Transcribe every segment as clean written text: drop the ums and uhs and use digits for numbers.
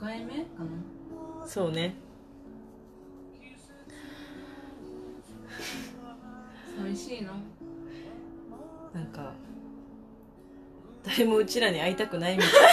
回目かな。 そうね。 寂しいな。 なんか誰もうちらに会いたくないみたい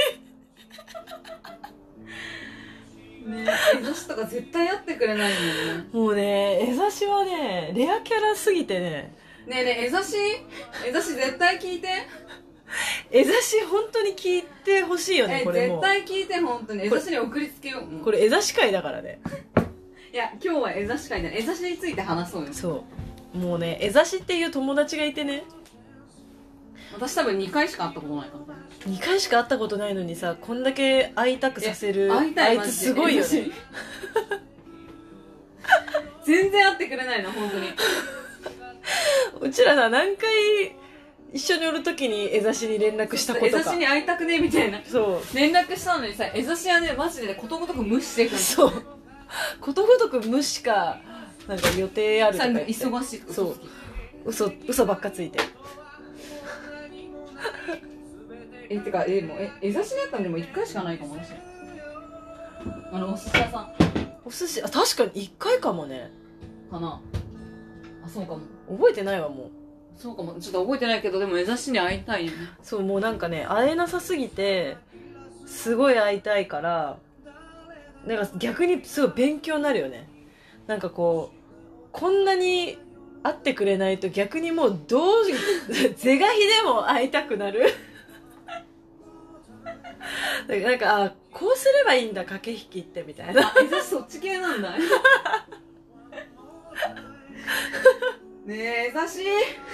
ねえ、江差しとか絶対会ってくれないもんね。 もうね、江差しはねレアキャラすぎてね。 ねえねえ、江差し絶対聞いて。 江差し本当に聞いてほしいよね。これも絶対聞いて、本当に江差しに送りつけよう。 これ江差し会だからね。 いや、今日は江差し会だね。江差しについて話そうよ。 そうもうね、江差しっていう友達がいてね。 私多分2回しか会ったことないからね。 2回しか会ったことないのにさ、こんだけ会いたくさせる会いたい。 あいつすごいよね。 全然会ってくれないの、本当に。 うちらな、何回一緒におるときに江差しに連絡したことか。 江差しに会いたくねみたいな。 そう連絡したのにさ、江差しはね、マジでね、ことごとく無視してくる。 そうことごとく無視か、なんか予定あるとか言って忙しいとか。 そう嘘ばっかついて。 てか、もう江差しに会ったのでも1回しかないかもしれない。お寿司屋さんお寿司、確かに1回かもね。 かな。あ、そうかも。 覚えてないわ。もうそうかも。ちょっと覚えてないけど、でも江差しに会いたいよね。 そう、もうなんかね、会えなさすぎてすごい会いたいから、なんか逆にすごい勉強になるよね。なんかこんなに会ってくれないと逆にもう是が非でも会いたくなる。なんかこうすればいいんだ駆け引きってみたいな。 江差しそっち系なんだ。ねえ、江差し。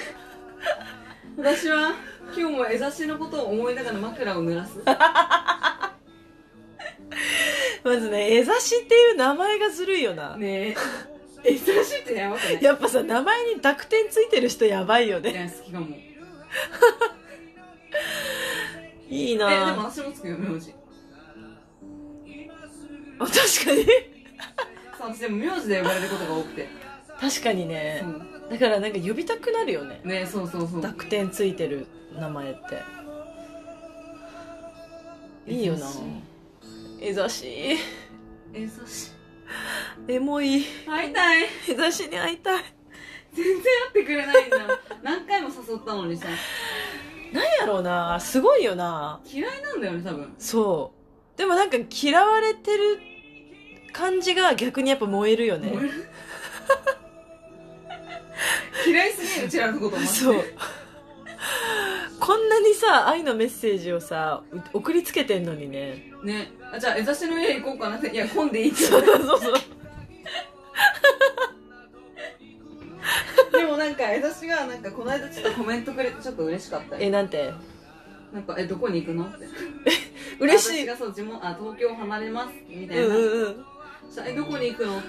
私は今日も江差しのことを思いながら枕を濡らす。 まずね、江差しっていう名前がずるいよな。 ねえ、江差しってやばくない？ やっぱさ、名前に濁点ついてる人やばいよね。 いや、好きかも。 いいなぁ。 でも私もつくよ、名字。 確かに。 そう、私でも名字で呼ばれることが多くて。 確かにね。だからなんか呼びたくなるよね。 ね、そうそうそう。 濁点ついてる名前って。いいよな。江差し。 江差し。 エモい。 会いたい。 江差しに会いたい。 全然会ってくれないんだ。何回も誘ったのにさ。 なんやろうな、すごいよな。 嫌いなんだよね、多分。 そうでもなんか嫌われてる感じが逆にやっぱ燃えるよね。 嫌いすぎる、うちらのことも。 そうこんなにさ愛のメッセージをさ送りつけてんのにね。 ね、じゃあ江差しの家行こうかなって。いや、混んでいいって。 そうでもなんか江差しがなんかこの間ちょっとコメントくれてちょっと嬉しかったよ。 なんて。 なんかどこに行くのって嬉しい。 私がそう東京離れますみたいな。どこに行くのって。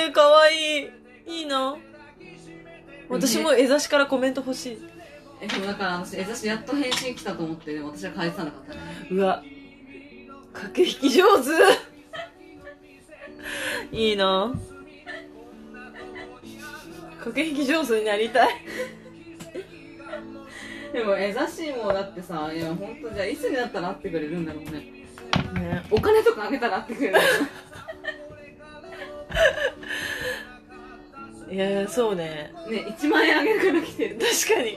かわいい。いいな。私も江差しからコメント欲しい。 でもだから私江差しやっと返信来たと思って、でも私は返さなかったね。 うわ、駆け引き上手。いいな。駆け引き上手になりたい。 でも江差しもだってさ、いや本当じゃあいつになったら会ってくれるんだろうね。お金とかあげたら会ってくれるんだろう。いやそうね。 ね、1万円あげるから来てる。 確かに。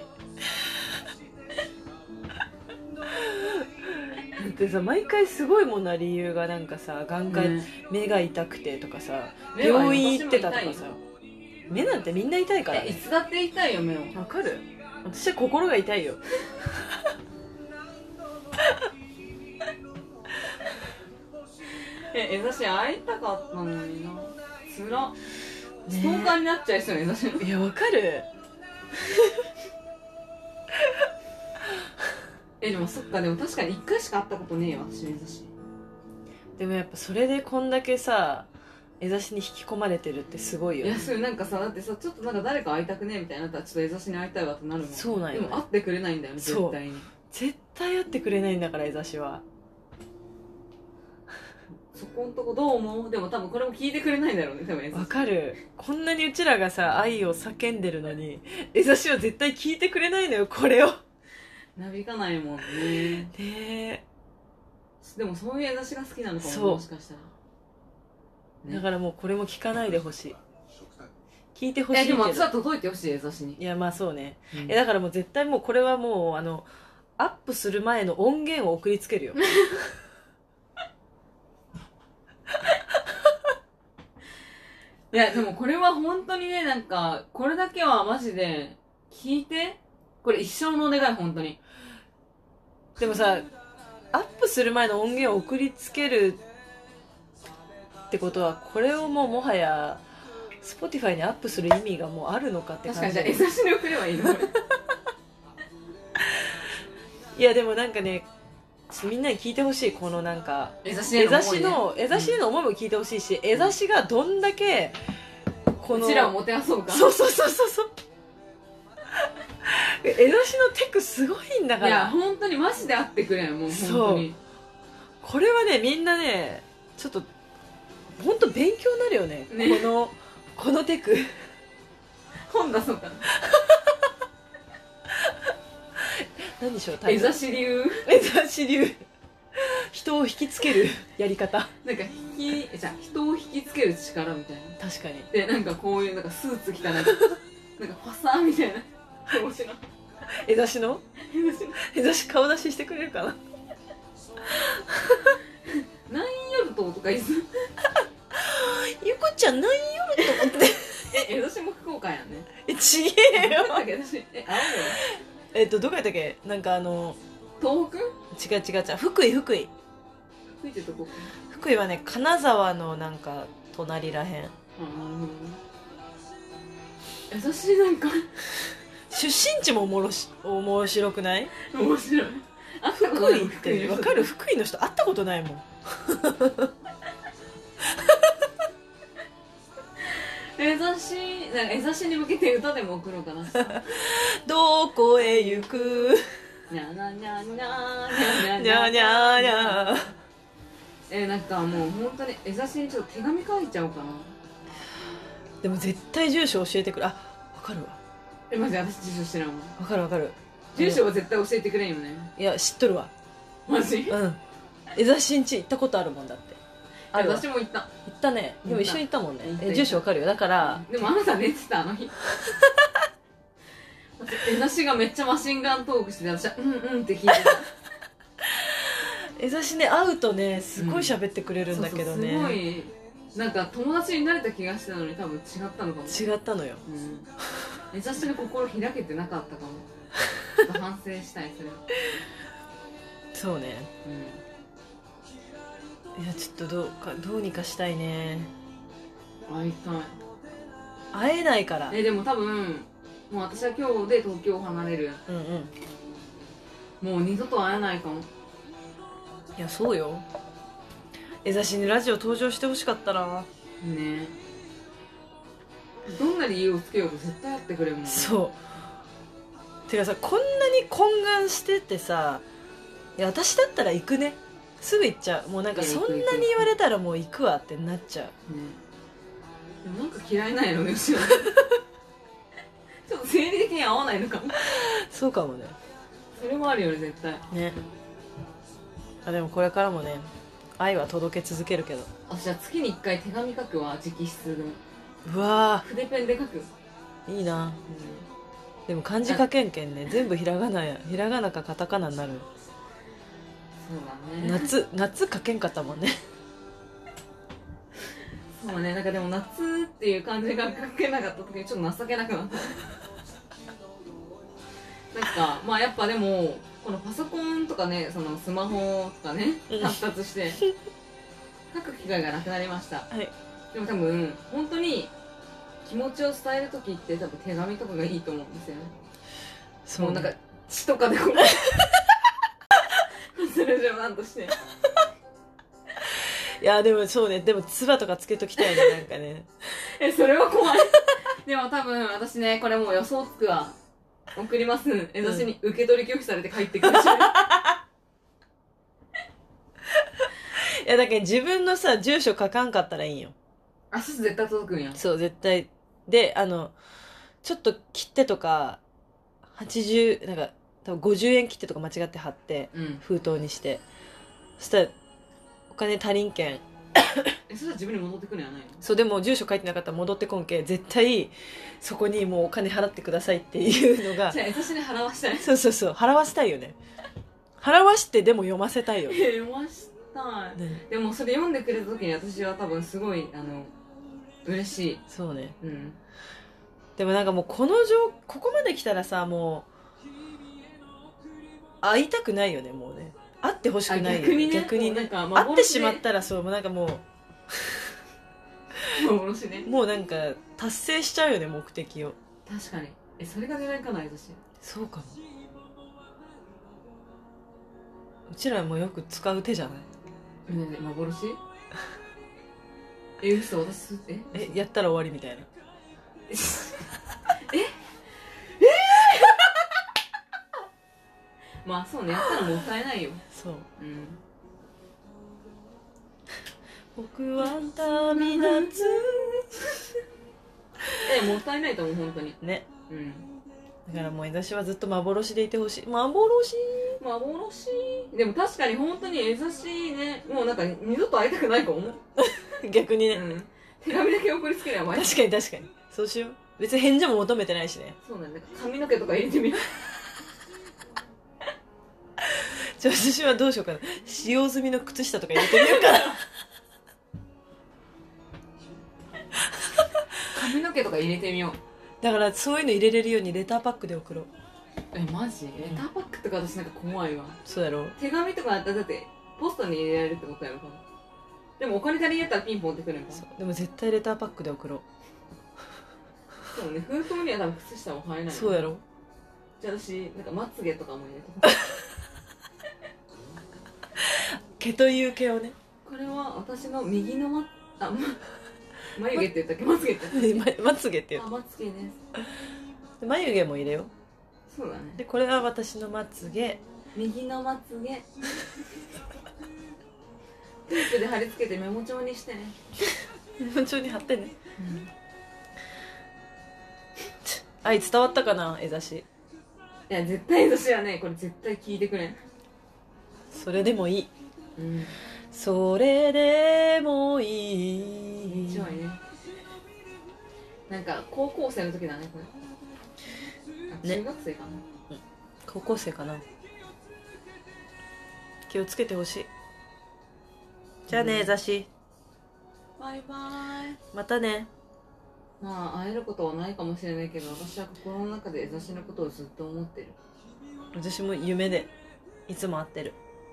だってさ、毎回すごいもんな、理由が。なんかさ、眼科、目が痛くてとかさ、病院行ってたとかさ。目なんてみんな痛いからね。 いつだって痛いよ、目を。 わかる。私は心が痛いよ。 江差し会いたかったのにな。つら。ストーカーになっちゃいそう、江差し。 いや、わかる。 でもそっか、でも確かに1回しか会ったことねえよ、私江差し。 でもやっぱそれでこんだけさ江差しに引き込まれてるってすごいよね。 いや、それなんかさ、だってさ、ちょっとなんか誰か会いたくねえみたいになったらちょっと江差しに会いたいわってなるもん。 そうなんよ、ね、 でも会ってくれないんだよね、絶対に。 絶対会ってくれないんだから、江差しは。 そこんとこどう思う？でも多分これも聞いてくれないんだろうね、多分江差し。 わかる。こんなにうちらがさ愛を叫んでるのに江差しは絶対聞いてくれないのよ、これを。 なびかないもんね。 ねえ、 でもそういう絵雑誌が好きなのかも、 そうもしかしたら、ね、 だからもうこれも聞かないでほしい。聞いてほしいけど。 でも私は届いてほしい、絵雑誌に。 いやまあそうね、 うんだからもう絶対もうこれはもうアップする前の音源を送りつけるよいやでもこれは本当にね、なんかこれだけはマジで聞いて、これ一生のお願い、本当に。 でもさ、アップする前の音源を送りつけるってことは、これをもうもはや Spotify にアップする意味がもうあるのかって感じ。 確かに、じゃあ絵雑誌に送ればいいのいやでもなんかね、ちょっとみんなに聞いてほしい。このなんか絵雑誌への思いね、 絵雑誌への思いも聞いてほしいし、絵雑誌がどんだけこのうちらをもてあそうか。 そうそうそうそうそう絵雑誌のテクすごいんだかいやら、 本当にマジで会ってくれん、もう本当に。 これはねみんなねちょっと本当勉強になるよね、 ねこのテク本出そうかな。 何でしょう、タイ絵トル雑誌流。 絵雑誌流人を引きつけるやり方。 なんかじゃあ人を引きつける力みたいな。 確かに。 でなんかこういうなんかスーツ着たなんかファサーみたいな面白い絵雑誌の絵雑誌の絵雑誌顔出ししてくれるかな。 何夜ととか言いそう。 ゆこちゃん何夜と思って絵雑誌も福岡やんね。 ちげえよどこだっけ私、青森。 どこやったっけ、なんか東北？ 違う福井福井ってどこ？ 福井はね、金沢のなんか隣らへん。 優しい、なんか出身地も面白くない？ 面白い。あったこと福ない井って分かる？福井の人会ったことないもん。 絵雑誌、なんか絵雑誌に向けて歌でも送ろうかな。 どこへ行くにゃなにゃにゃにゃにゃにゃにゃ。 なんかもう本当に絵雑誌にちょっと手紙書いちゃおうかな。 でも絶対住所教えてくれ。あ、分かるわ。 マジで私住所してないもん。 分かる。 住所は絶対教えてくれんよね。 いや知っとるわ。 マジ？ うん。絵雑誌んち行ったことあるもんだって。あるわ。 私も行った。 行ったね。でも一緒に行ったもん行ったね。住所分かるよ。だからでもあなた寝てた、あの日。絵雑誌がめっちゃマシンガントークしてて、私はうんうんって聞いてた。 絵雑誌ね、会うとねすごい喋ってくれるんだけどね、 そうすごいなんか友達になれた気がしたのに多分違ったのかも。 違ったのよ。 絵雑誌の心開けてなかったかも。ちょっと反省したい、それは。 そうね、いやちょっとどうにかしたいね。 会いたい。 会えないから。 でも多分もう私は今日で東京を離れる。もう二度と会えないかも。 いやそうよ。絵雑誌にラジオ登場してほしかったな。 ね、どんな理由をつけようと絶対会ってくれるもんね。 そうてかさ、こんなに懇願しててさ、いや私だったら行くね。すぐ行っちゃう。もうなんかそんなに言われたらもう行くわってなっちゃう。 でもなんか嫌いなんやろね、後ろちょっと生理的に合わないのかも。 そうかもね。 それもあるよね、絶対ね。でもこれからもね愛は届け続けるけど。 私は月に1回手紙書くわ、直筆で。 うわ筆ペンで書く。 ーいいな。でも漢字書けんけんね、全部ひらがなかカタカナになる。 そうだね。 夏書けんかったもんね。 そうね、なんかでも夏っていう漢字が書けなかった時にちょっと情けなくなった。なんかまあやっぱでもこのパソコンとかね、そのスマホとかね発達して書く機会がなくなりました。 はい。 でも多分本当に気持ちを伝える時って多分手紙とかがいいと思うんですよね。 そうね。 もうなんか血とかでこうそれじゃなんとしていやでもそうね、でも唾とかつけときたいね、なんかね。 それは怖い。でも多分私ね、これもう予想つくわ。送ります。絵雑誌に受け取り拒否されて帰ってくるし、いやだけど自分のさ住所書かんかったらいいんよ。 あ、そう絶対届くんや。 そう絶対で、ちょっと切手とか80なんか多分50円切手とか間違って貼って、封筒にして、そしたら金足りんけん。 それは自分に戻ってくるんやないの？ そう、でも住所書いてなかったら戻ってこんけ、絶対そこにもうお金払ってくださいっていうのがじゃあ私に払わしたい。 そうそうそう、払わせたいよね。払わしてでも読ませたいよね。 読ましたい、 ね、 でもそれ読んでくれた時に私は多分すごい嬉しい。 そうね。 うん。 でもなんかもうここまで来たらさ、もう会いたくないよね、もうね。会ってほしくないよ。 逆にねね、 なんか会ってしまったら、そう、もうなんかも幻ね。 うもうなんか達成しちゃうよね、目的を。 確かに。それが狙いかな、私。 そうかも。うちらもよく使う手じゃない？ ね、幻？嘘、私やったら終わりみたいな。 まあそうね、やったらもったいないよ。 そう。 うん。 僕は旅立つ。 もったいないと思う、本当に。 ね。 うん。 だからもう私はずっと幻でいてほしい。幻。 でも確かに本当に優しいね。もうなんか二度と会いたくないかも。 逆にね、 うん。手紙だけ送りつければ確かに確かに。そうしよう。別に返事も求めてないしね。 そうなんだ。髪の毛とか入れてみる。 じゃあ私はどうしようかな。使用済みの靴下とか入れてみようかな。 髪の毛とか入れてみよう。 だからそういうの入れれるようにレターパックで送ろう。 マジ？レターパックとか私なんか怖いわ。 そうやろ。 手紙とかだったらだってポストに入れられるってことやろかな。でもお金足りんやったらピンポンってくるんか。 でも絶対レターパックで送ろう。 そうね、封筒には多分靴下も入らない。 そうやろ。 じゃあ私なんかまつげとかも入れて毛という毛をね。 これは私の右の眉毛って言ったっけ？まつげって言ったっけ？ まつげって言う。 まつげです。 眉毛も入れよう。 そうだね。 でこれは私のまつげ。 右のまつげ。テープで貼り付けてメモ帳にしてね。 メモ帳に貼ってね。愛伝わったかな、絵差し。 いや絶対私はね、これ絶対聞いてくれん。 それでもいい。 うん。 それでもいい。 めっちゃいいね。なんか高校生の時だね、これ。中学生かな、 高校生かな。気をつけてほしい。じゃあね、雑誌。 バイバイ。 またね。 まあ会えることはないかもしれないけど、私は心の中で雑誌のことをずっと思ってる。 私も夢でいつも会ってる。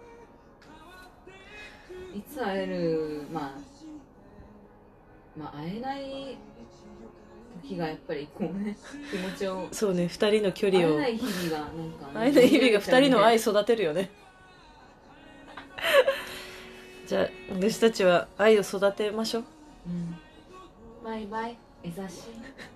いつ会える、まあ会えない時がやっぱりこうね、気持ちを。 そうね、二人の距離を。 会えない日々がなんか、 会えない日々が二人の愛育てるよね。じゃあ私たちは愛を育てましょう。 バイバイ、えざし。